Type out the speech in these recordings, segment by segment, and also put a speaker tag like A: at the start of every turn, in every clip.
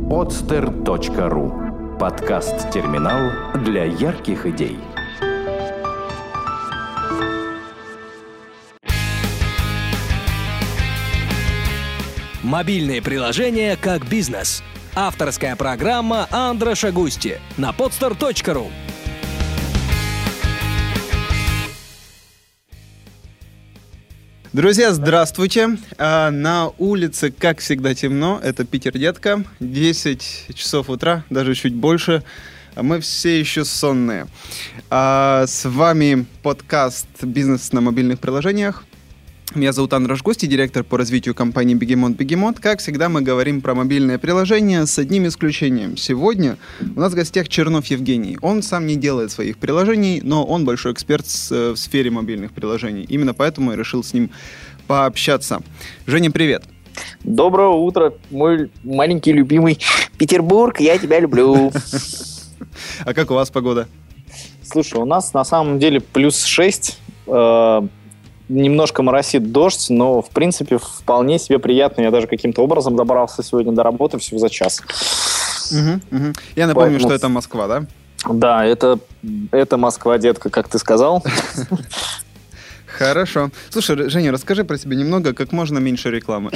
A: podster.ru. Подкаст-терминал для ярких идей.
B: Мобильные приложения как бизнес. Авторская программа Андроша Густи на podster.ru.
C: Друзья, здравствуйте. На улице, как всегда, темно. Это Питер, детка. 10 часов утра, даже чуть больше. Мы все еще сонные. С вами подкаст «Бизнес на мобильных приложениях». Меня зовут Андрош Густи, директор по развитию компании Бегемот. Как всегда, мы говорим про мобильные приложения с одним исключением. Сегодня у нас в гостях Чернов Евгений. Он сам не делает своих приложений, но он большой эксперт в сфере мобильных приложений. Именно поэтому я решил с ним пообщаться. Женя, привет.
D: Доброе утро, мой маленький любимый Петербург, я тебя люблю.
C: А как у вас погода?
D: Слушай, у нас на самом деле плюс 6. Немножко моросит дождь, но, в принципе, вполне себе приятно. Я даже каким-то образом добрался сегодня до работы всего за час.
C: Я напомню, что это Москва, да? Да,
D: это Москва, детка, как ты сказал.
C: Хорошо. Слушай, Женя, расскажи про себя немного, как можно меньше рекламы.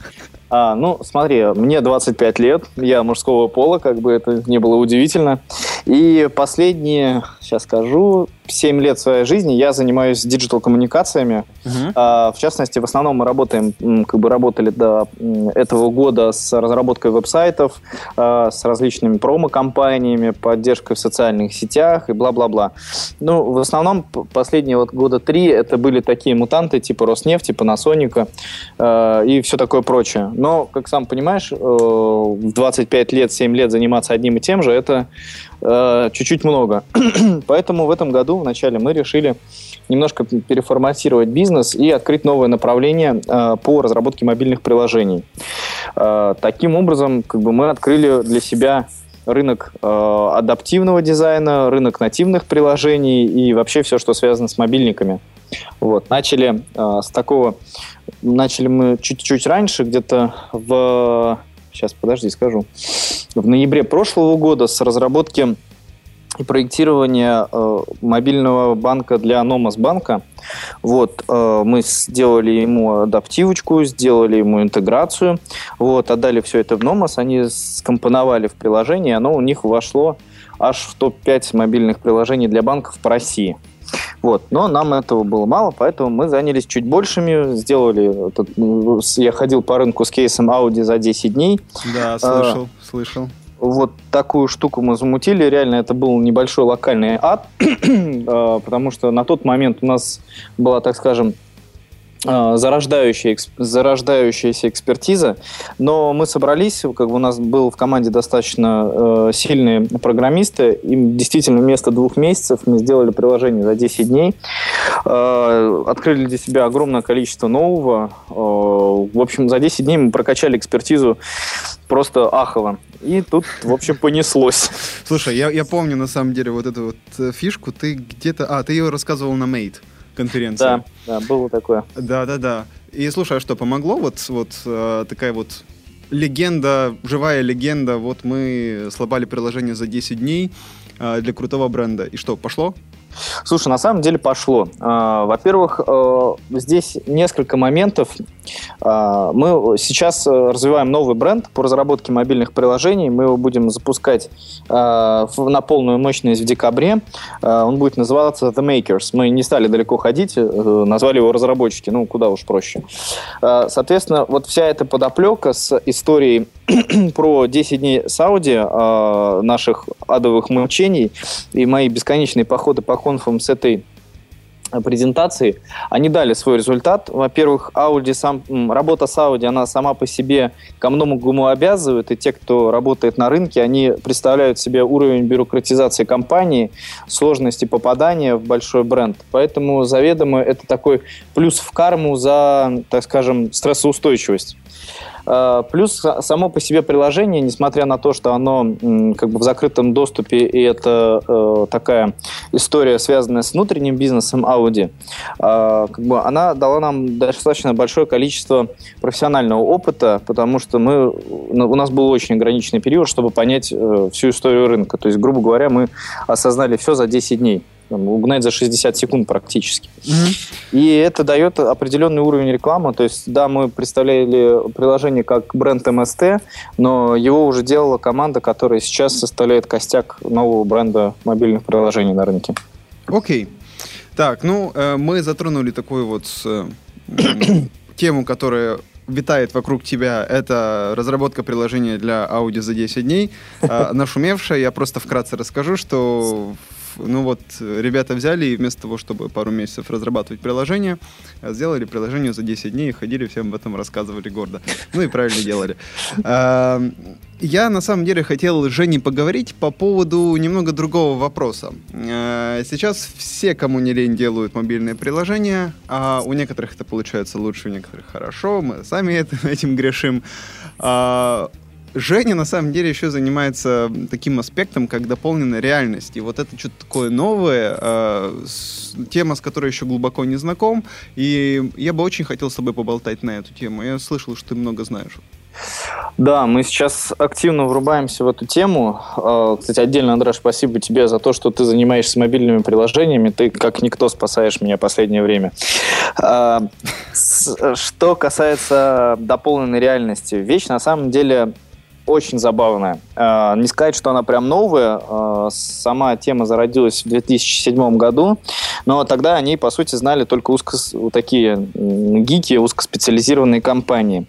D: Смотри, мне 25 лет, я мужского пола, как бы это ни было удивительно. И последние, сейчас скажу, 7 лет своей жизни я занимаюсь диджитал-коммуникациями. В частности, в основном мы работали до этого года с разработкой веб-сайтов, с различными промо-компаниями, поддержкой в социальных сетях и бла-бла-бла. В основном последние года 3 это были такие мутанты типа Роснефти, Панасоника и все такое прочее. Но, как сам понимаешь, в 25 лет, 7 лет заниматься одним и тем же, это чуть-чуть много. Поэтому в этом году вначале мы решили немножко переформатировать бизнес и открыть новое направление по разработке мобильных приложений. Таким образом, мы открыли для себя рынок адаптивного дизайна, рынок нативных приложений и вообще все, что связано с мобильниками. Начали мы чуть-чуть раньше, где-то в ноябре прошлого года с разработки и проектирования мобильного банка для Номас-банка. Мы сделали ему адаптивочку, сделали ему интеграцию, отдали все это в Номас, они скомпоновали в приложение, и оно у них вошло аж в топ-5 мобильных приложений для банков по России. Но нам этого было мало, поэтому мы занялись чуть большими, я ходил по рынку с кейсом Audi за 10 дней. Да,
C: слышал.
D: Такую штуку мы замутили, реально это был небольшой локальный ад, потому что на тот момент у нас была, так скажем, зарождающаяся экспертиза, но мы собрались, у нас был в команде достаточно сильные программисты, им действительно вместо 2 месяцев мы сделали приложение за 10 дней, открыли для себя огромное количество нового, в общем, за 10 дней мы прокачали экспертизу просто ахово, и тут, в общем, понеслось.
C: Слушай, я помню, на самом деле, эту фишку, ты где-то, ты ее рассказывал на Mate конференции.
D: Да, было такое.
C: Да. И слушай, а что, помогло? Такая легенда, живая легенда, мы сломали приложение за 10 дней для крутого бренда. И что, пошло?
D: Слушай, на самом деле пошло. Во-первых, здесь несколько моментов. Мы сейчас развиваем новый бренд по разработке мобильных приложений. Мы его будем запускать на полную мощность в декабре. Он будет называться The Makers. Мы не стали далеко ходить, назвали его разработчики. Куда уж проще. Соответственно, вся эта подоплека с историей про 10 дней с Audi, наших адовых мучений и мои бесконечные походы по конфам с этой презентации, они дали свой результат. Во-первых, работа с Audi, она сама по себе ко многому обязывает, и те, кто работает на рынке, они представляют себе уровень бюрократизации компании, сложности попадания в большой бренд. Поэтому заведомо это такой плюс в карму за, так скажем, стрессоустойчивость. Плюс само по себе приложение, несмотря на то, что оно как бы в закрытом доступе, и это такая история, связанная с внутренним бизнесом Audi, как бы она дала нам достаточно большое количество профессионального опыта, потому что у нас был очень ограниченный период, чтобы понять всю историю рынка. То есть, грубо говоря, мы осознали все за 10 дней. Угнать за 60 секунд практически. И это дает определенный уровень рекламы. То есть, да, мы представляли приложение как бренд МСТ, но его уже делала команда, которая сейчас составляет костяк нового бренда мобильных приложений на рынке.
C: Окей. Так, мы затронули такую вот тему, которая витает вокруг тебя. Это разработка приложения для Audi за 10 дней. Нашумевшая. Я просто вкратце расскажу, что ребята взяли и вместо того, чтобы пару месяцев разрабатывать приложение, сделали приложение за 10 дней и ходили, всем об этом рассказывали гордо. И правильно делали. Я, на самом деле, хотел с Женей поговорить по поводу немного другого вопроса. Сейчас все, кому не лень, делают мобильные приложения, а у некоторых это получается лучше, у некоторых хорошо, мы сами этим грешим. Женя, на самом деле, еще занимается таким аспектом, как дополненная реальность. И вот это что-то такое новое, тема, с которой еще глубоко не знаком. И я бы очень хотел с тобой поболтать на эту тему. Я слышал, что ты много знаешь.
D: Да, мы сейчас активно врубаемся в эту тему. Кстати, отдельно, Андрей, спасибо тебе за то, что ты занимаешься мобильными приложениями. Ты, как никто, спасаешь меня в последнее время. Что касается дополненной реальности, вещь на самом деле очень забавная. Не сказать, что она прям новая. Сама тема зародилась в 2007 году, но тогда о ней, по сути, знали только такие гики, узкоспециализированные компании.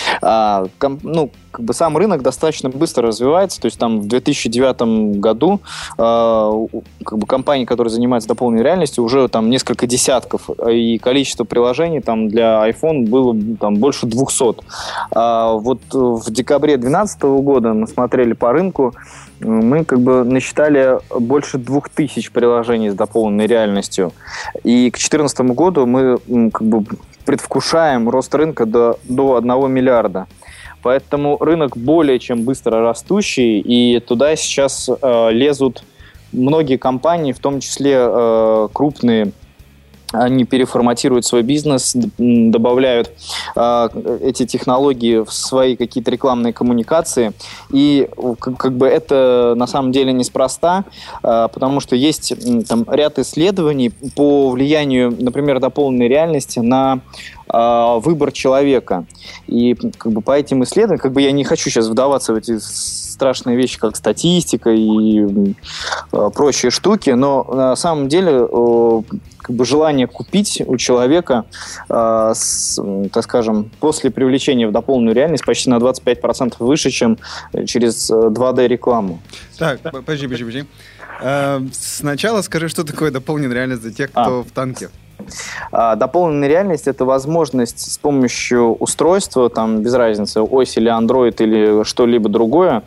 D: Сам рынок достаточно быстро развивается, то есть там в 2009 году компаний, которые занимаются дополненной реальностью, уже там несколько десятков, и количество приложений там для iPhone было там больше 200. Вот в декабре 2012 года мы смотрели по рынку, мы насчитали больше 2000 приложений с дополненной реальностью. И к 2014 году мы предвкушаем рост рынка до 1 миллиарда. Поэтому рынок более чем быстро растущий, и туда сейчас лезут многие компании, в том числе крупные. Они переформатируют свой бизнес, добавляют эти технологии в свои какие-то рекламные коммуникации. И это на самом деле неспроста, потому что есть там ряд исследований по влиянию, например, дополненной реальности на выбор человека. И по этим исследованиям, я не хочу сейчас вдаваться в эти страшные вещи, как статистика и прочие штуки, но на самом деле желание купить у человека, так скажем, после привлечения в дополненную реальность почти на 25% выше, чем через 2D-рекламу.
C: Так, подожди. Сначала скажи, что такое дополненная реальность для тех, кто в танке.
D: Дополненная реальность — это возможность с помощью устройства, там, без разницы, ось или Android или что-либо другое,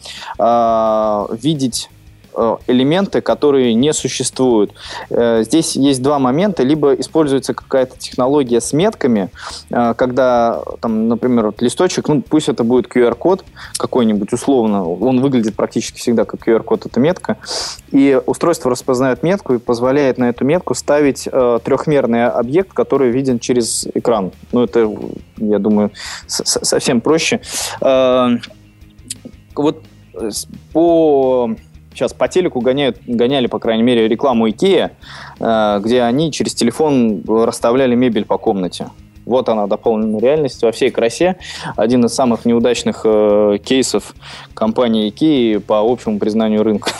D: видеть элементы, которые не существуют. Здесь есть два момента. Либо используется какая-то технология с метками, когда, там, например, листочек, пусть это будет QR-код какой-нибудь условно, он выглядит практически всегда как QR-код, это метка, и устройство распознает метку и позволяет на эту метку ставить трехмерный объект, который виден через экран. Это, я думаю, совсем проще. Сейчас по телеку гоняли, по крайней мере, рекламу IKEA, где они через телефон расставляли мебель по комнате. Вот она, дополненная реальность во всей красе. Один из самых неудачных кейсов компании IKEA по общему признанию рынка.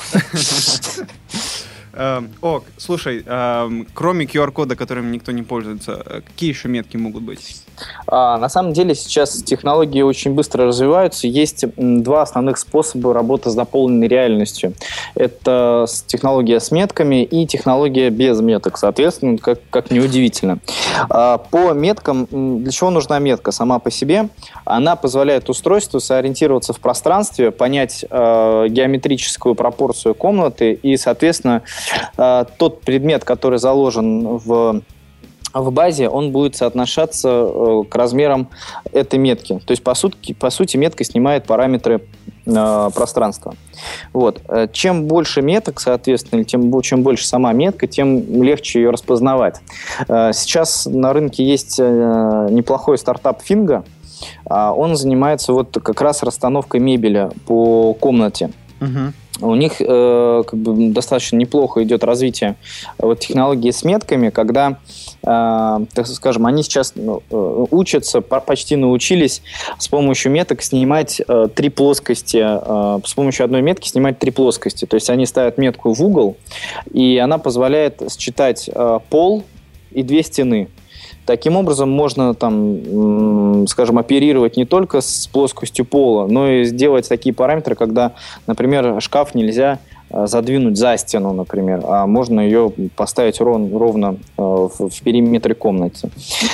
C: Слушай, кроме QR-кода, которым никто не пользуется, какие еще метки могут быть?
D: На самом деле сейчас технологии очень быстро развиваются. Есть два основных способа работы с дополненной реальностью. Это технология с метками и технология без меток, соответственно, как неудивительно. По меткам, для чего нужна метка сама по себе? Она позволяет устройству сориентироваться в пространстве, понять геометрическую пропорцию комнаты и, соответственно, тот предмет, который заложен в в базе он будет соотношаться к размерам этой метки. То есть, по сути, метка снимает параметры пространства. Вот. Чем больше меток, соответственно, или чем больше сама метка, тем легче ее распознавать. Сейчас на рынке есть неплохой стартап Fingo. Он занимается вот как раз расстановкой мебели по комнате. У них достаточно неплохо идет развитие технологии с метками, когда, так скажем, они сейчас учатся, почти научились с помощью меток снимать 3 плоскости, с помощью одной метки снимать 3 плоскости. То есть они ставят метку в угол, и она позволяет считать пол и 2 стены. Таким образом, можно, скажем, оперировать не только с плоскостью пола, но и сделать такие параметры, когда, например, шкаф нельзя задвинуть за стену, например, а можно ее поставить ровно в периметре комнаты.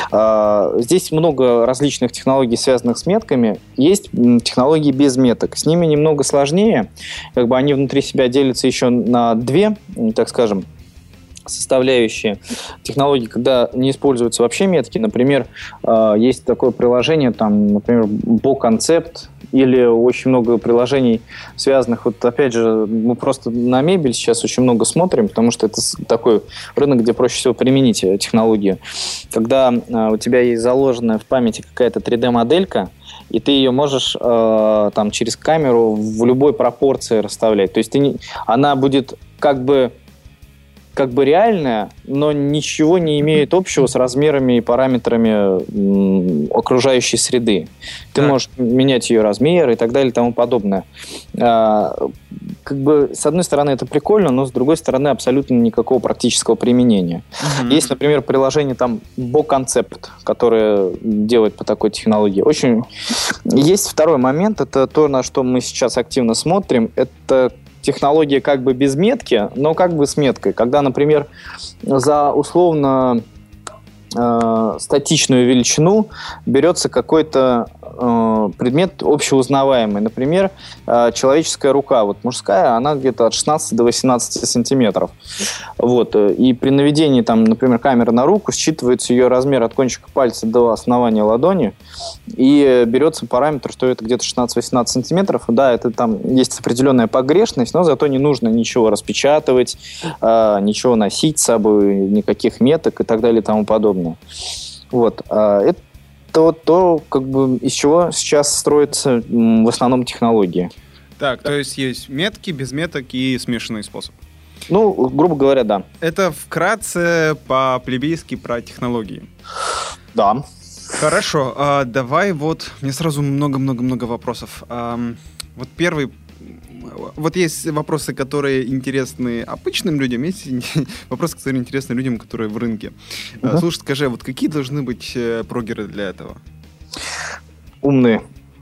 D: Здесь много различных технологий, связанных с метками. Есть технологии без меток. С ними немного сложнее. Они внутри себя делятся еще на 2, так скажем, составляющие технологии, когда не используются вообще метки. Например, есть такое приложение, например, BoConcept, или очень много приложений, связанных, опять же, мы просто на мебель сейчас очень много смотрим, потому что это такой рынок, где проще всего применить технологию. Когда у тебя есть заложенная в памяти какая-то 3D-моделька, и ты ее можешь через камеру в любой пропорции расставлять. То есть она будет как бы реальная, но ничего не имеет общего с размерами и параметрами окружающей среды. Ты можешь менять ее размер и так далее и тому подобное. С одной стороны, это прикольно, но с другой стороны, абсолютно никакого практического применения. Есть, например, приложение BoConcept, которое делает по такой технологии. Есть второй момент, это то, на что мы сейчас активно смотрим, это технология без метки, но с меткой. Когда, например, за условно статичную величину берется какой-то предмет общеузнаваемый. Например, человеческая рука, мужская, она где-то от 16 до 18 сантиметров. И при наведении, например, камеры на руку, считывается ее размер от кончика пальца до основания ладони, и берется параметр, что это где-то 16-18 сантиметров. Да, это есть определенная погрешность, но зато не нужно ничего распечатывать, ничего носить с собой, никаких меток и так далее и тому подобное. Это то, из чего сейчас строятся в основном технологии.
C: Так, то есть метки, без меток и смешанный способ.
D: Грубо говоря, да.
C: Это вкратце по-плебейски про технологии.
D: Да.
C: Хорошо, давай мне сразу много-много-много вопросов. Первый. Есть вопросы, которые интересны обычным людям, есть вопросы, которые интересны людям, которые в рынке. Слушай, скажи, какие должны быть прогеры для этого?
D: Умные.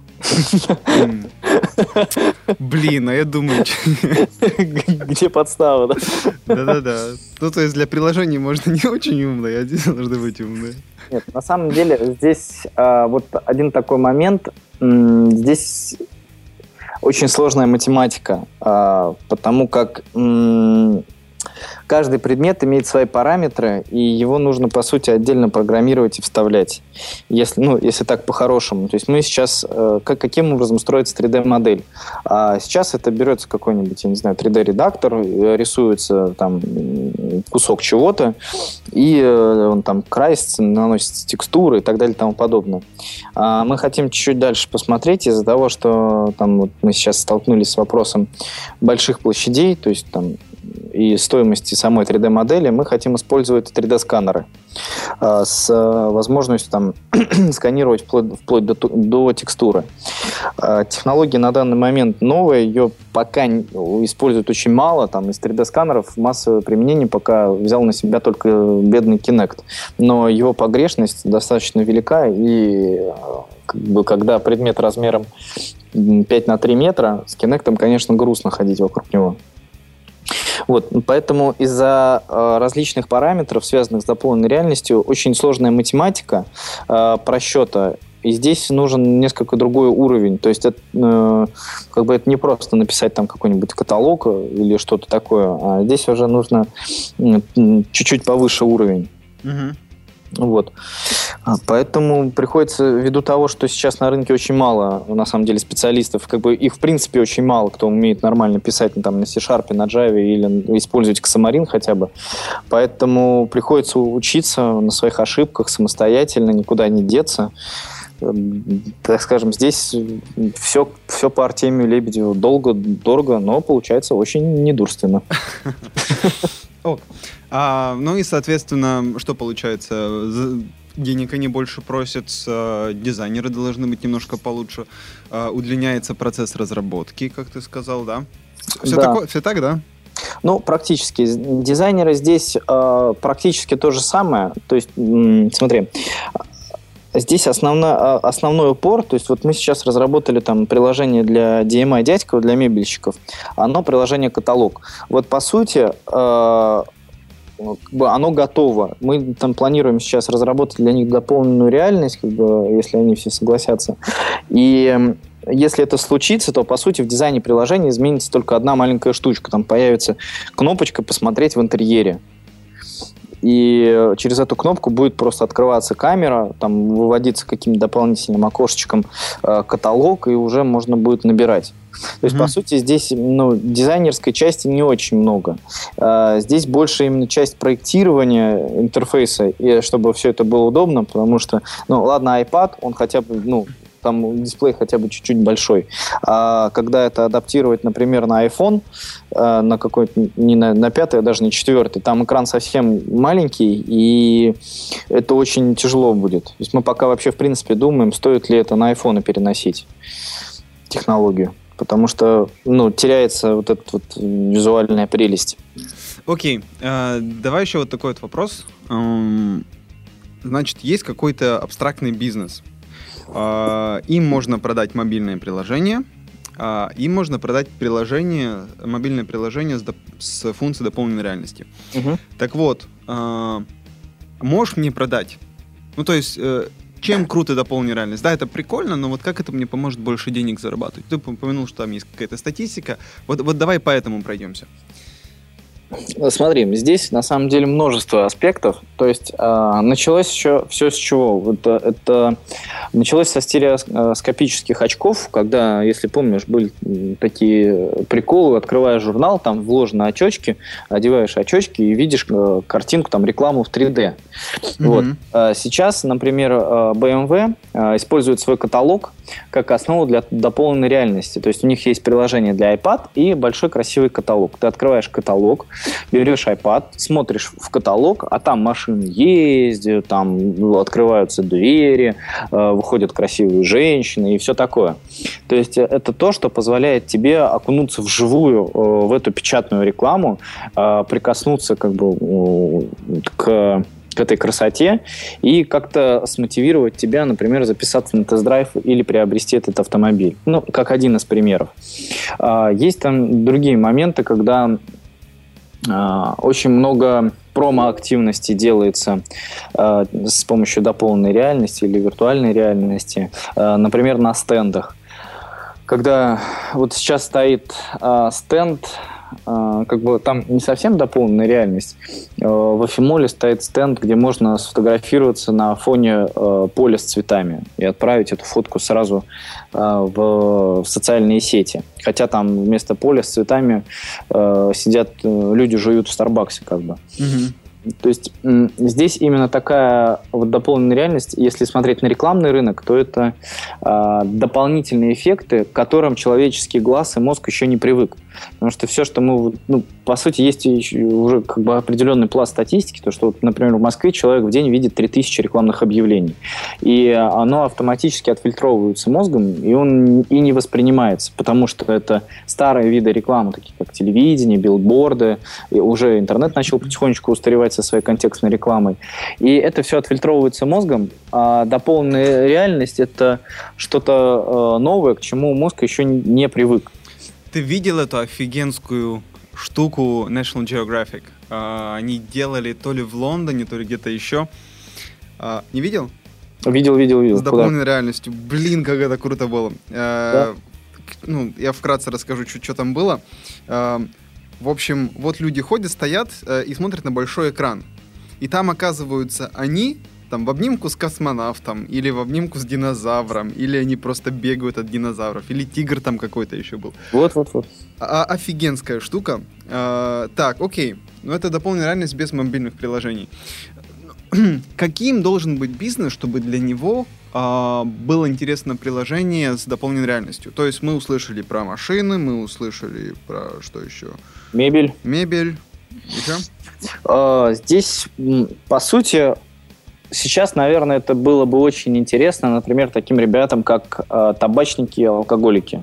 C: Блин, я думаю...
D: Где подстава, да?
C: Да-да-да. То есть для приложений можно не очень умные, а здесь должны быть умные.
D: Нет, на самом деле здесь один такой момент. Здесь очень сложная математика, потому как каждый предмет имеет свои параметры, и его нужно, по сути, отдельно программировать и вставлять, если так по-хорошему. То есть мы сейчас, каким образом строится 3D-модель? Сейчас это берется какой-нибудь, 3D-редактор, рисуется кусок чего-то, и он красится, наносится текстуры и так далее и тому подобное. Мы хотим чуть-чуть дальше посмотреть из-за того, что мы сейчас столкнулись с вопросом больших площадей, то есть и стоимости самой 3D-модели, мы хотим использовать 3D-сканеры с возможностью сканировать вплоть до текстуры. Технология на данный момент новая, ее пока используют очень мало. Из 3D-сканеров массовое применение пока взял на себя только бедный Kinect. Но его погрешность достаточно велика, и когда предмет размером 5 на 3 метра, с Kinect, конечно, грустно ходить вокруг него. Поэтому из-за различных параметров, связанных с дополненной реальностью, очень сложная математика просчета. И здесь нужен несколько другой уровень. То есть это не просто написать какой-нибудь каталог или что-то такое, а здесь уже нужно чуть-чуть повыше уровень. Вот. Поэтому приходится, ввиду того, что сейчас на рынке очень мало, на самом деле, специалистов, как бы их, в принципе, очень мало, кто умеет нормально писать там, на C-Sharp, на Java или использовать Xamarin хотя бы. Поэтому приходится учиться на своих ошибках самостоятельно, никуда не деться. Так скажем, здесь все по Артемию Лебедеву долго, дорого, но получается очень недурственно.
C: Ну и, соответственно, что получается? Денег они больше просят, дизайнеры должны быть немножко получше, удлиняется процесс разработки, как ты сказал, да? Все так, да?
D: Ну, практически. Дизайнеры здесь практически то же самое. То есть, смотри, здесь основной упор, то есть вот мы сейчас разработали там приложение для DMI Дядькова, для мебельщиков, оно приложение каталог. Вот по сути оно готово. Мы там планируем сейчас разработать для них дополненную реальность, как бы, если они все согласятся. И если это случится, то, по сути, в дизайне приложения изменится только одна маленькая штучка. Там появится кнопочка «Посмотреть в интерьере». И через эту кнопку будет просто открываться камера, там выводиться каким-то дополнительным окошечком каталог, и уже можно будет набирать. То есть, по сути, здесь дизайнерской части не очень много. Здесь больше именно часть проектирования интерфейса, и чтобы все это было удобно, потому что, ладно, iPad, он хотя бы, там дисплей хотя бы чуть-чуть большой. А когда это адаптировать, например, на iPhone, на какой-то, не на 5-й, а даже не 4-й, там экран совсем маленький, и это очень тяжело будет. То есть мы пока вообще, в принципе, думаем, стоит ли это на iPhone переносить технологию. Потому что, теряется вот эта вот визуальная прелесть.
C: Окей. Давай еще вот такой вот вопрос. Значит, есть какой-то абстрактный бизнес. Им можно продать мобильное приложение, им можно продать мобильное приложение с функцией дополненной реальности. Так вот, можешь мне продать? То есть, чем круто дополненная реальность? Да, это прикольно, но вот как это мне поможет больше денег зарабатывать? Ты упомянул, что там есть какая-то статистика. Вот давай по этому пройдемся.
D: Смотри, здесь на самом деле множество аспектов. То есть началось еще все с чего? Это началось со стереоскопических очков, когда, если помнишь, были такие приколы, открываешь журнал, там вложены очечки, одеваешь очечки и видишь картинку, там рекламу в 3D. Вот. Сейчас, например, BMW использует свой каталог как основу для дополненной реальности. То есть у них есть приложение для iPad и большой красивый каталог. Ты открываешь каталог, берешь iPad, смотришь в каталог, а там машины ездят, там открываются двери, выходят красивые женщины и все такое. То есть это то, что позволяет тебе окунуться вживую в эту печатную рекламу, прикоснуться как бы к этой красоте и как-то смотивировать тебя, например, записаться на тест-драйв или приобрести этот автомобиль. Как один из примеров. Есть там другие моменты, когда очень много промо-активности делается с помощью дополненной реальности или виртуальной реальности, например, на стендах. Когда вот сейчас стоит стенд, как бы там не совсем дополненная реальность. В Афимоле стоит стенд, где можно сфотографироваться на фоне поля с цветами и отправить эту фотку сразу в социальные сети. Хотя там вместо поля с цветами сидят люди, жуют в Старбаксе как бы. То есть здесь именно такая вот дополненная реальность. Если смотреть на рекламный рынок, то это дополнительные эффекты, к которым человеческий глаз и мозг еще не привык. Потому что все, что мы... по сути, есть уже как бы определенный пласт статистики, то, что, например, в Москве человек в день видит 3000 рекламных объявлений. И оно автоматически отфильтровывается мозгом, и он и не воспринимается, потому что это старые виды рекламы, такие как телевидение, билборды, и уже интернет начал потихонечку устаревать со своей контекстной рекламой. И это все отфильтровывается мозгом, а дополненная реальность – это что-то новое, к чему мозг еще не привык.
C: Ты видел эту офигенскую штуку National Geographic? Они делали то ли в Лондоне, то ли где-то еще. Не видел?
D: Видел.
C: С дополненной реальностью. Блин, как это круто было.
D: Да.
C: Я вкратце расскажу, что там было. В общем, вот люди ходят, стоят и смотрят на большой экран. И там оказываются они там в обнимку с космонавтом, или в обнимку с динозавром, или они просто бегают от динозавров, или тигр там какой-то еще был.
D: Вот.
C: Офигенская штука. Так, окей. Но это дополненная реальность без мобильных приложений. Каким должен быть бизнес, чтобы для него было интересно приложение с дополненной реальностью? То есть мы услышали про машины, мы услышали про что еще?
D: Мебель.
C: Еще?
D: Здесь, по сути, сейчас, наверное, это было бы очень интересно, например, таким ребятам, как табачники и алкоголики.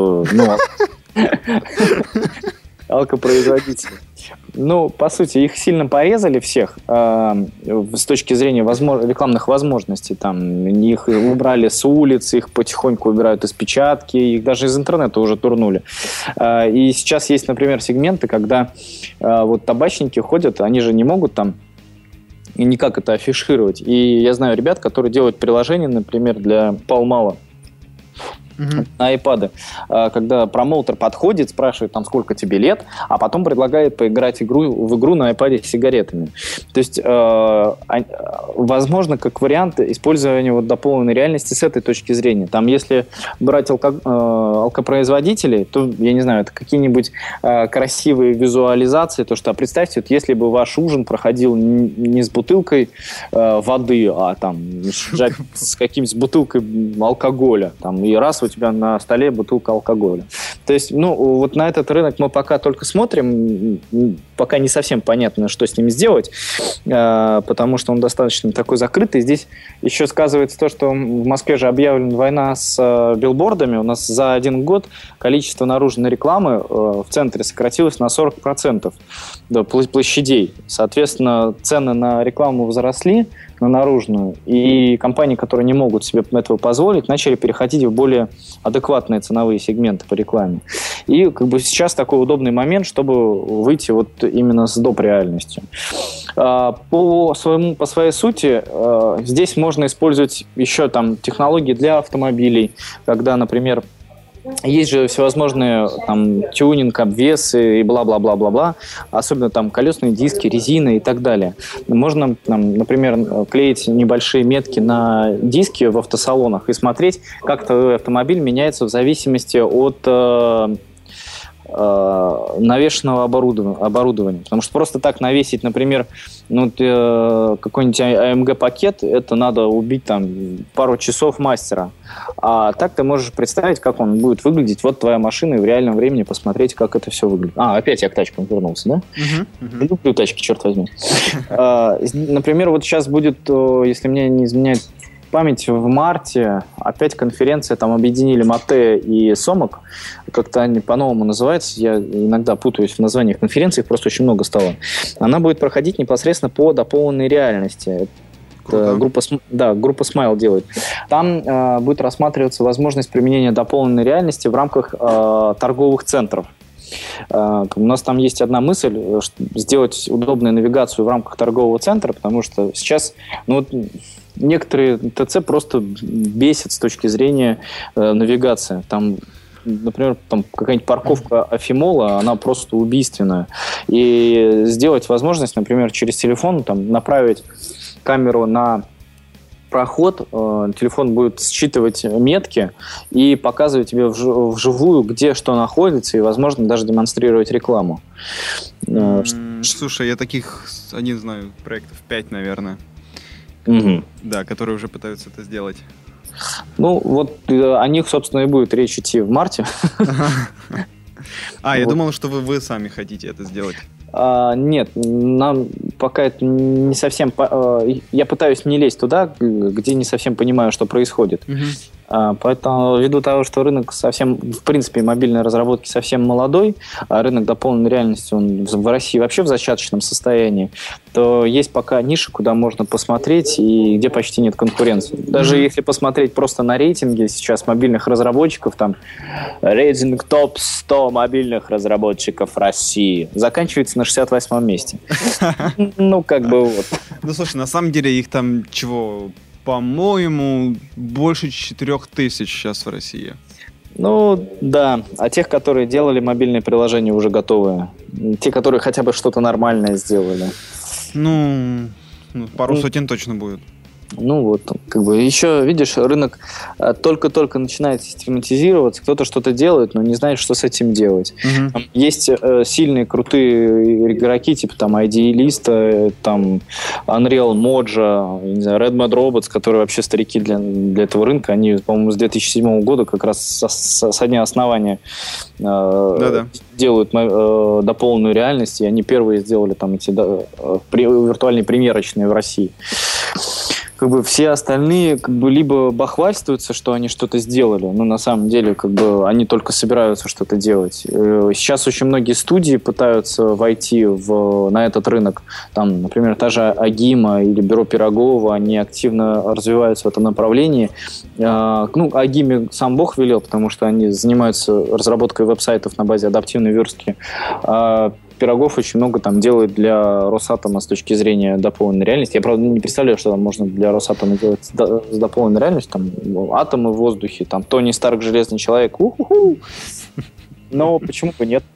D: Алкопроизводители. Ну, по сути, их сильно порезали всех с точки зрения рекламных возможностей. Там, их убрали с улиц, их потихоньку убирают из печатки, их даже из интернета уже турнули. И сейчас есть, например, сегменты, когда вот табачники ходят, они же не могут там никак это афишировать. И я знаю ребят, которые делают приложение, например, для Palmala, на iPad, когда промоутер подходит, спрашивает, там, сколько тебе лет, а потом предлагает поиграть в игру на iPad с сигаретами. То есть, возможно, как вариант использования вот дополненной реальности с этой точки зрения. Там, если брать алкопроизводителей, то, я не знаю, это какие-нибудь красивые визуализации, то, что, представьте, вот, если бы ваш ужин проходил не с бутылкой воды, а там с каким-то бутылкой алкоголя, там, и раз у тебя на столе бутылка алкоголя. То есть, вот на этот рынок мы пока только смотрим, пока не совсем понятно, что с ним сделать, потому что он достаточно такой закрытый. Здесь еще сказывается то, что в Москве же объявлена война с билбордами. У нас за один год количество наружной рекламы в центре сократилось на 40% до площадей. Соответственно, цены на рекламу возросли, на наружную, и компании, которые не могут себе этого позволить, начали переходить в более адекватные ценовые сегменты по рекламе. И как бы сейчас такой удобный момент, чтобы выйти вот именно с доп. Реальностью. По своей сути, здесь можно использовать еще там технологии для автомобилей, когда, например, есть же всевозможные там тюнинг, обвесы и бла-бла-бла-бла-бла, особенно там колесные диски, резина и так далее. Можно, там, например, клеить небольшие метки на диски в автосалонах и смотреть, как твой автомобиль меняется в зависимости от навешенного оборудования. Потому что просто так навесить, например, какой-нибудь AMG-пакет, это надо убить там пару часов мастера. А так ты можешь представить, как он будет выглядеть. Вот твоя машина, и в реальном времени посмотреть, как это все выглядит. Опять я к тачкам вернулся, да? Люблю тачки, черт возьми. Например, вот сейчас будет, если мне не изменяет память, в марте опять конференция, там объединили Мате и Сомок, как-то они по-новому называются, я иногда путаюсь в названиях конференции, их просто очень много стало. Она будет проходить непосредственно по дополненной реальности. Группа Smile делает. Там будет рассматриваться возможность применения дополненной реальности в рамках торговых центров. У нас там есть одна мысль, сделать удобную навигацию в рамках торгового центра, потому что сейчас некоторые ТЦ просто бесят с точки зрения навигации. Там, например, какая-нибудь парковка Афимола, она просто убийственная. И сделать возможность, например, через телефон направить камеру на проход, телефон будет считывать метки и показывать тебе вживую, где что находится, и, возможно, даже демонстрировать рекламу.
C: Слушай, я таких, не знаю, проектов 5, наверное. Да, которые уже пытаются это сделать.
D: О них, собственно, и будет речь идти в марте.
C: Я думал, что вы сами хотите это сделать.
D: Нет, нам пока это не совсем... Я пытаюсь не лезть туда, где не совсем понимаю, что происходит. Поэтому, ввиду того, что рынок совсем, в принципе, мобильной разработки совсем молодой, а рынок дополненной реальности, он в России вообще в зачаточном состоянии, то есть пока ниши, куда можно посмотреть и где почти нет конкуренции. Даже если посмотреть просто на рейтинги сейчас мобильных разработчиков, там рейтинг топ-100 мобильных разработчиков России заканчивается на 68-м месте.
C: Слушай, на самом деле их там по-моему, больше 4000 сейчас в России.
D: Да. А тех, которые делали мобильные приложения, уже готовые. Те, которые хотя бы что-то нормальное сделали.
C: Пару сотен точно будет.
D: Ну вот, как бы еще, видишь, рынок только-только начинает систематизироваться, кто-то что-то делает, но не знает, что с этим делать. Там есть сильные, крутые игроки, типа там Idealist, там Unreal Mojo, не знаю, Red Mad Robots, которые вообще старики для этого рынка, они, по-моему, с 2007 года как раз со дня основания делают дополненную реальность, и они первые сделали там эти виртуальные примерочные в России. Как бы все остальные как бы либо бахвальствуются, что они что-то сделали, но на самом деле как бы они только собираются что-то делать. Сейчас очень многие студии пытаются войти на этот рынок. Там, например, та же Агима или Бюро Пирогова, они активно развиваются в этом направлении. Ну, Агиме сам Бог велел, потому что они занимаются разработкой веб-сайтов на базе адаптивной верстки. Пирогов очень много там делает для Росатома с точки зрения дополненной реальности. Я, правда, не представляю, что там можно для Росатома делать с дополненной реальностью. Там атомы в воздухе, там Тони Старк, Железный человек. У-ху-ху. Но почему бы нет?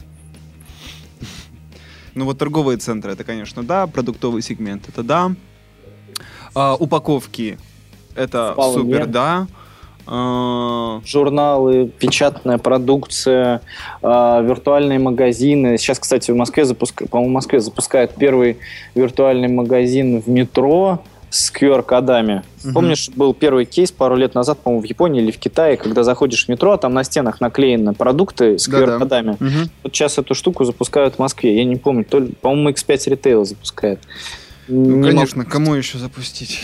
C: Ну вот торговые центры, это, конечно, да. Продуктовый сегмент, это да. Упаковки, это супер, да.
D: Журналы, печатная продукция, виртуальные магазины. Сейчас, кстати, в Москве запускают первый виртуальный магазин в метро с QR-кодами. Помнишь, был первый кейс пару лет назад, по-моему, в Японии или в Китае, когда заходишь в метро, а там на стенах наклеены продукты с QR-кодами. Вот сейчас эту штуку запускают в Москве. Я не помню, по-моему, X5 Retail запускает.
C: Ну, конечно, кому еще запустить?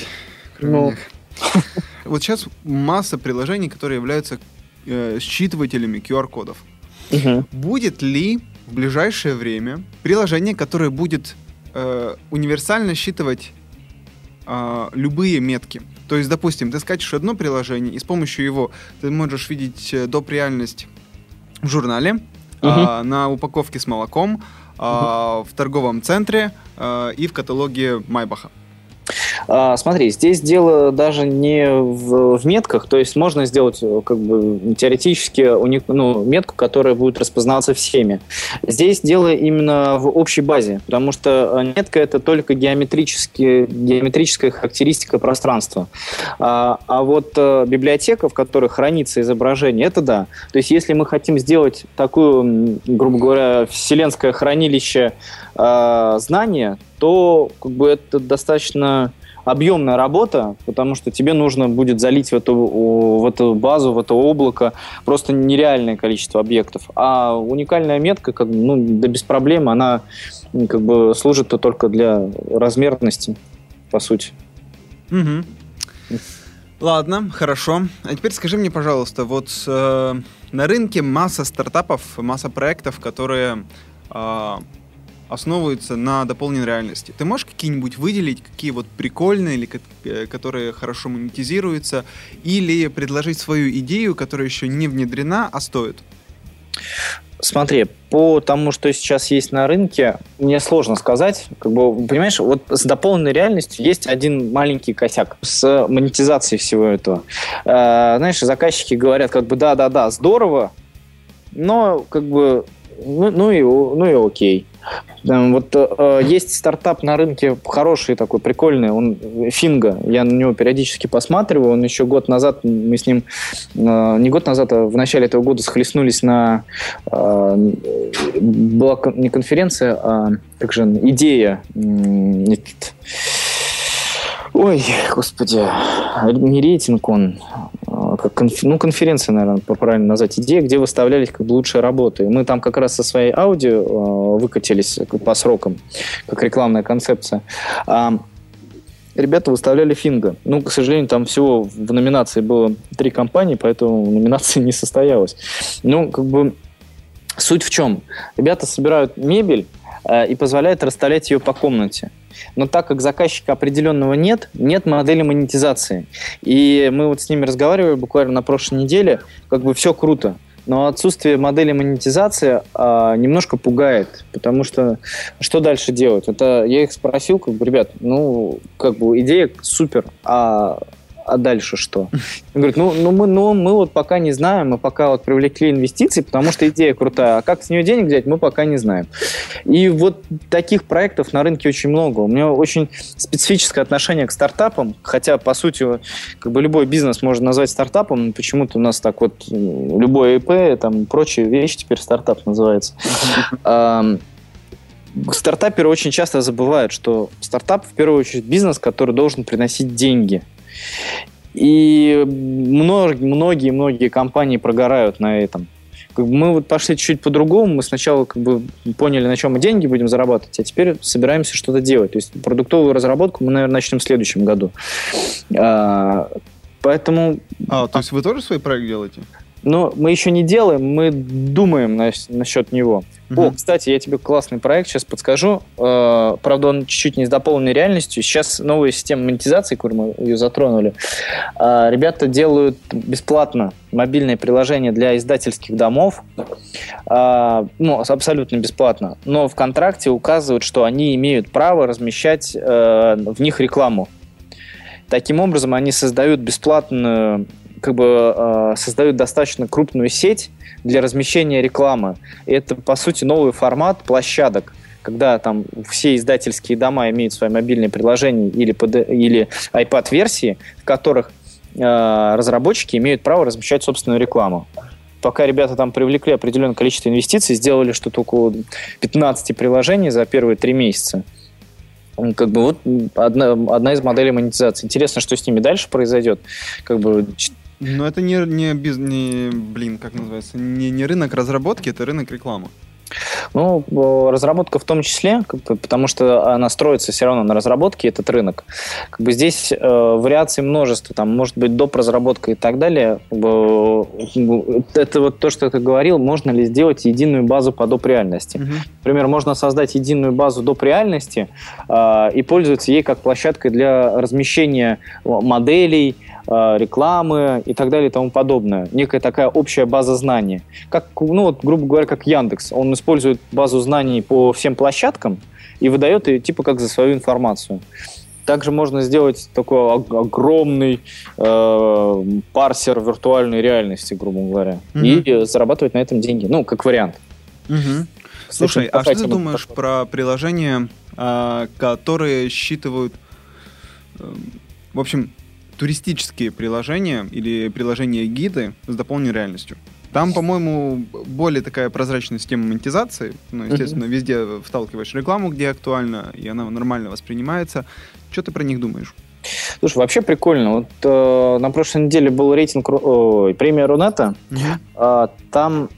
C: Вот сейчас масса приложений, которые являются считывателями QR-кодов. Будет ли в ближайшее время приложение, которое будет универсально считывать любые метки? То есть, допустим, ты скачешь одно приложение, и с помощью его ты можешь видеть доп. Реальность в журнале, на упаковке с молоком, в торговом центре и в каталоге Майбаха.
D: Смотри, здесь дело даже не в метках, то есть можно сделать как бы теоретически метку, которая будет распознаваться всеми. Здесь дело именно в общей базе, потому что метка — это только геометрическая характеристика пространства. А вот библиотека, в которой хранится изображение, это да. То есть если мы хотим сделать такую, грубо говоря, вселенское хранилище знания, то как бы это достаточно объемная работа, потому что тебе нужно будет залить в эту базу, в это облако просто нереальное количество объектов. А уникальная метка, да без проблем, она как бы служит только для размерности, по сути.
C: Ладно, хорошо. А теперь скажи мне, пожалуйста, вот на рынке масса стартапов, масса проектов, которые основываются на дополненной реальности. Ты можешь какие-нибудь выделить, какие вот прикольные, или которые хорошо монетизируются, или предложить свою идею, которая еще не внедрена, а стоит?
D: Смотри, по тому, что сейчас есть на рынке, мне сложно сказать. Понимаешь, вот с дополненной реальностью есть один маленький косяк с монетизацией всего этого. Знаешь, заказчики говорят, да, здорово, но ну и окей. Вот есть стартап на рынке хороший такой, прикольный, он Финго, я на него периодически посматриваю, он еще год назад, мы с ним, не год назад, а в начале этого года схлестнулись была не конференция, а идея, ой, господи, не рейтинг он, конференция, наверное, правильно назвать, идея, где выставлялись лучшие работы. Мы там как раз со своей аудио выкатились по срокам, как рекламная концепция. Ребята выставляли Финго. К сожалению, там всего в номинации было 3 компании, поэтому номинация не состоялась. Суть в чем? Ребята собирают мебель и позволяют расставлять ее по комнате. Но так как заказчика определенного нет модели монетизации. И мы вот с ними разговаривали буквально на прошлой неделе, все круто. Но отсутствие модели монетизации немножко пугает, потому что дальше делать? Я их спросил, ребят, идея супер, а а дальше что? Он говорит, мы вот пока не знаем, мы пока вот привлекли инвестиции, потому что идея крутая, а как с нее денег взять, мы пока не знаем. И вот таких проектов на рынке очень много. У меня очень специфическое отношение к стартапам, хотя, по сути, как бы любой бизнес можно назвать стартапом, но почему-то у нас так вот любой ИП, там, прочие вещи теперь стартап называется. Стартаперы очень часто забывают, что стартап в первую очередь бизнес, который должен приносить деньги. И многие компании прогорают на этом. Мы вот пошли чуть-чуть по-другому. Мы сначала как бы поняли, на чем мы деньги будем зарабатывать, а теперь собираемся что-то делать. То есть продуктовую разработку мы, наверное, начнем в следующем году. Поэтому...
C: то есть вы тоже свой проект делаете?
D: Но мы еще не делаем, мы думаем насчет него. О, кстати, я тебе классный проект сейчас подскажу. Правда, он чуть-чуть не с дополненной реальностью. Сейчас новая система монетизации, которую мы ее затронули. Ребята делают бесплатно мобильное приложение для издательских домов. Абсолютно бесплатно. Но в контракте указывают, что они имеют право размещать в них рекламу. Таким образом, они создают бесплатную... создают достаточно крупную сеть для размещения рекламы. И это, по сути, новый формат площадок, когда там все издательские дома имеют свои мобильные приложения или iPad-версии, в которых разработчики имеют право размещать собственную рекламу. Пока ребята там привлекли определенное количество инвестиций, сделали что-то около 15 приложений за первые 3 месяца. Как бы вот одна из моделей монетизации. Интересно, что с ними дальше произойдет.
C: Но это не рынок разработки, это рынок рекламы.
D: Разработка в том числе, потому что она строится все равно на разработке, этот рынок. Здесь вариаций множество, там может быть доп. Разработка и так далее. Это вот то, что ты говорил, можно ли сделать единую базу по доп. Реальности. Например, можно создать единую базу доп. Реальности и пользоваться ей как площадкой для размещения моделей, рекламы и так далее и тому подобное. Некая такая общая база знаний. Грубо говоря, как Яндекс. Он использует базу знаний по всем площадкам и выдает ее типа как за свою информацию. Также можно сделать такой огромный парсер виртуальной реальности, грубо говоря, и зарабатывать на этом деньги. Как вариант.
C: Слушай, а что ты думаешь про приложения, которые считывают, в общем, туристические приложения или приложения-гиды с дополненной реальностью? Там, по-моему, более такая прозрачная система монетизации. Естественно, везде вталкиваешь рекламу, где актуально, и она нормально воспринимается. Что ты про них думаешь?
D: Слушай, вообще прикольно. Вот на прошлой неделе был рейтинг премия Рунета. Там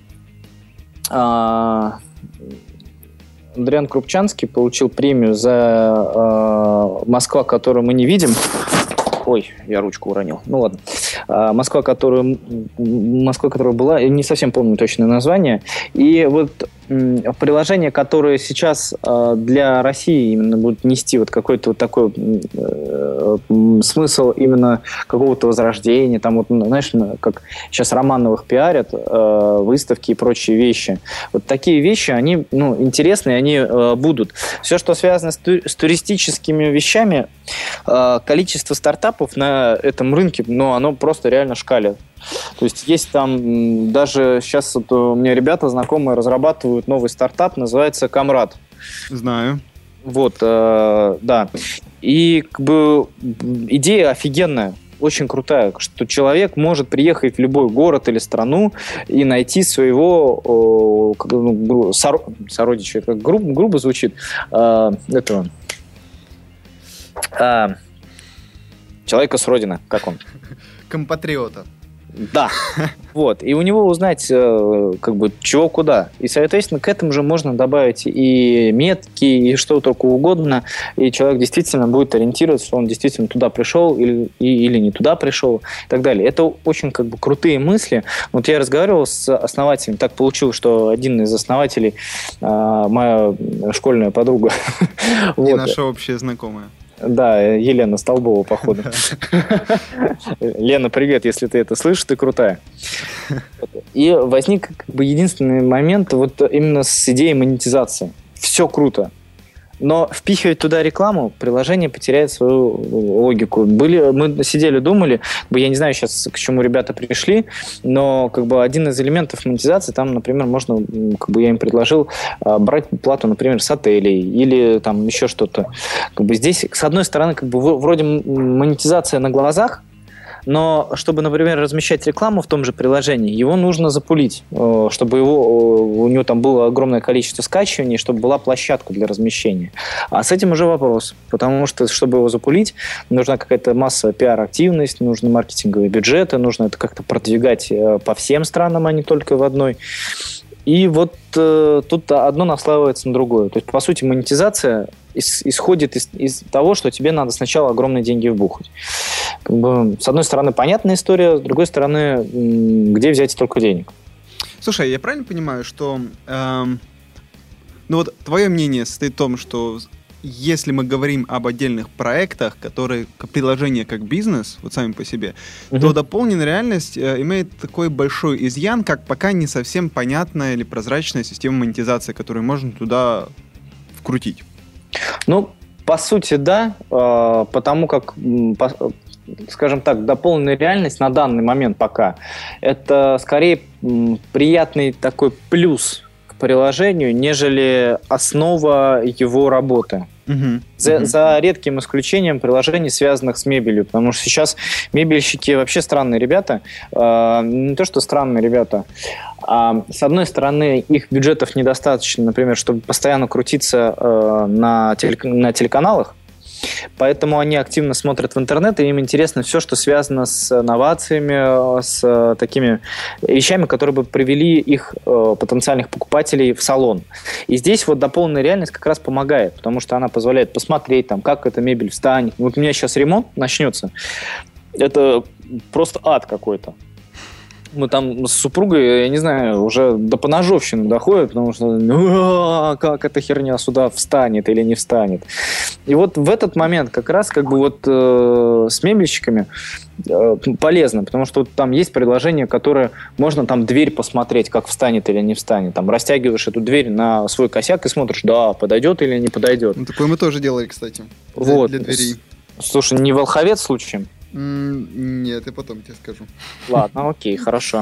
D: Адриан Крупчанский получил премию за «Москва, которую мы не видим». Ой, я ручку уронил. Ну ладно. Москва, которая была, я не совсем помню точное название. И вот приложение, которое сейчас для России именно будет нести вот какой-то вот такой смысл именно какого-то возрождения, там вот, знаешь, как сейчас Романовых пиарят, выставки и прочие вещи. Вот такие вещи, они, интересные, они будут. Все, что связано с туристическими вещами, количество стартапов на этом рынке, оно просто реально шкалит. То есть там даже сейчас вот у меня ребята знакомые разрабатывают новый стартап, называется Камрад.
C: Знаю.
D: Вот, да. И идея офигенная, очень крутая, что человек может приехать в любой город или страну и найти своего сородича. Это грубо звучит. Человека с родины, как он?
C: Компатриота.
D: Да, вот, и у него узнать, чего куда. И, соответственно, к этому же можно добавить и метки, и что только угодно, и человек действительно будет ориентироваться, что он действительно туда пришел или не туда пришел, и так далее. Это очень крутые мысли. Вот я разговаривал с основателем, так получилось, что один из основателей моя школьная подруга.
C: И наша общая знакомая.
D: Да, Елена Столбова, походу. Лена, привет, если ты это слышишь, ты крутая. И возник единственный момент вот именно с идеей монетизации. Все круто. Но впихивать туда рекламу, приложение потеряет свою логику. Мы сидели, думали, я не знаю сейчас, к чему ребята пришли, но один из элементов монетизации, там, например, можно, я им предложил брать плату, например, с отелей или там еще что-то. Здесь, с одной стороны, вроде монетизация на глазах, но чтобы, например, размещать рекламу в том же приложении, его нужно запулить, чтобы у него там было огромное количество скачиваний, чтобы была площадка для размещения. А с этим уже вопрос, потому что, чтобы его запулить, нужна какая-то массовая пиар-активность, нужны маркетинговые бюджеты, нужно это как-то продвигать по всем странам, а не только в одной. И вот тут одно наслаивается на другое. То есть, по сути, монетизация исходит из того, что тебе надо сначала огромные деньги вбухать. С одной стороны, понятная история, с другой стороны, где взять столько денег?
C: Слушай, я правильно понимаю, что твое мнение состоит в том, что если мы говорим об отдельных проектах, которые приложение как бизнес, вот сами по себе, то дополненная реальность имеет такой большой изъян, как пока не совсем понятная или прозрачная система монетизации, которую можно туда вкрутить.
D: По сути, да, потому как, скажем так, дополненная реальность на данный момент пока это скорее приятный такой плюс к приложению, нежели основа его работы. За редким исключением приложений, связанных с мебелью, потому что сейчас мебельщики вообще странные ребята. Не то, что странные ребята, а с одной стороны, их бюджетов недостаточно, например, чтобы постоянно крутиться на телеканалах, поэтому они активно смотрят в интернет, и им интересно все, что связано с новациями, с такими вещами, которые бы привели их потенциальных покупателей в салон. И здесь дополненная реальность как раз помогает, потому что она позволяет посмотреть, как эта мебель встанет. У меня сейчас ремонт начнется. Это просто ад какой-то. Мы там с супругой, я не знаю, уже до поножовщины доходит, потому что как эта херня сюда встанет или не встанет. И в этот момент как раз с мебельщиками полезно, потому что там есть предложение, которое можно там дверь посмотреть, как встанет или не встанет. Там растягиваешь эту дверь на свой косяк и смотришь, да, подойдет или не подойдет.
C: Такое мы тоже делали, кстати, для дверей.
D: Слушай, не волховец случаем?
C: Нет, я потом тебе скажу.
D: Ладно, окей, хорошо.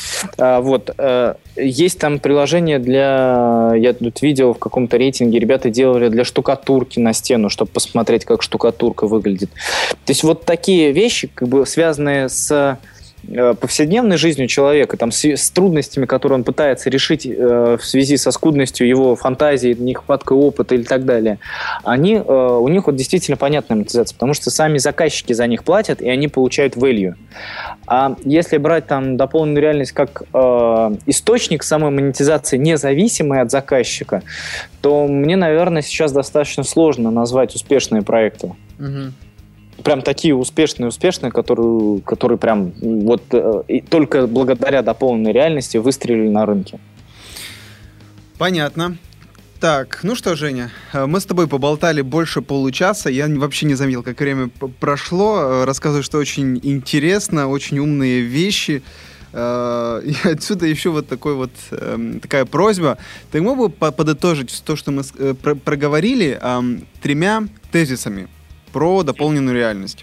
D: Есть там приложение я тут видел в каком-то рейтинге, ребята делали для штукатурки на стену, чтобы посмотреть, как штукатурка выглядит. То есть такие вещи, связанные с повседневной жизнью человека, с трудностями, которые он пытается решить в связи со скудностью его фантазии, нехваткой опыта или так далее, у них действительно понятная монетизация, потому что сами заказчики за них платят, и они получают value. А если брать дополненную реальность как источник самой монетизации, независимый от заказчика, то мне, наверное, сейчас достаточно сложно назвать успешные проекты. Прям такие успешные, которые прям только благодаря дополненной реальности выстрелили на рынке.
C: Понятно. Так, ну что, Женя, мы с тобой поболтали больше получаса, я вообще не заметил, как время прошло, рассказываю, что очень интересно, очень умные вещи. И отсюда еще такая просьба. Ты мог бы подытожить то, что мы проговорили, 3 тезисами про дополненную реальность?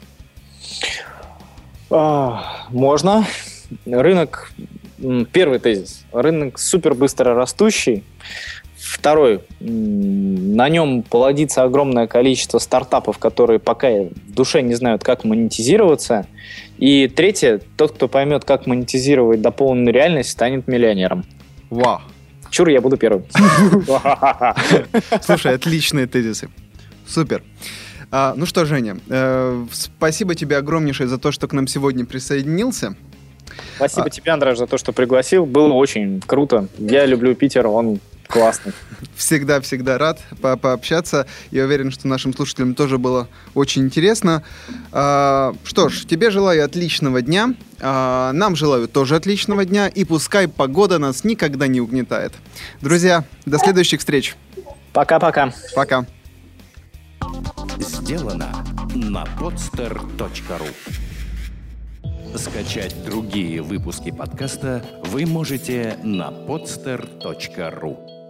D: Можно. Рынок, первый тезис, рынок супер быстро растущий. Второй, на нем плодится огромное количество стартапов, которые пока в душе не знают, как монетизироваться. И третье, тот, кто поймет, как монетизировать дополненную реальность, станет миллионером.
C: Вау.
D: Чур, я буду первым.
C: Слушай, отличные тезисы. Супер. Ну что, Женя, спасибо тебе огромнейшее за то, что к нам сегодня присоединился.
D: Спасибо тебе, Андрей, за то, что пригласил. Было очень круто. Я люблю Питер, он классный.
C: Всегда рад пообщаться. Я уверен, что нашим слушателям тоже было очень интересно. Что ж, тебе желаю отличного дня. Нам желаю тоже отличного дня. И пускай погода нас никогда не угнетает. Друзья, до следующих встреч.
D: Пока-пока.
C: Пока.
A: Сделано на podster.ru. Скачать другие выпуски подкаста вы можете на podster.ru.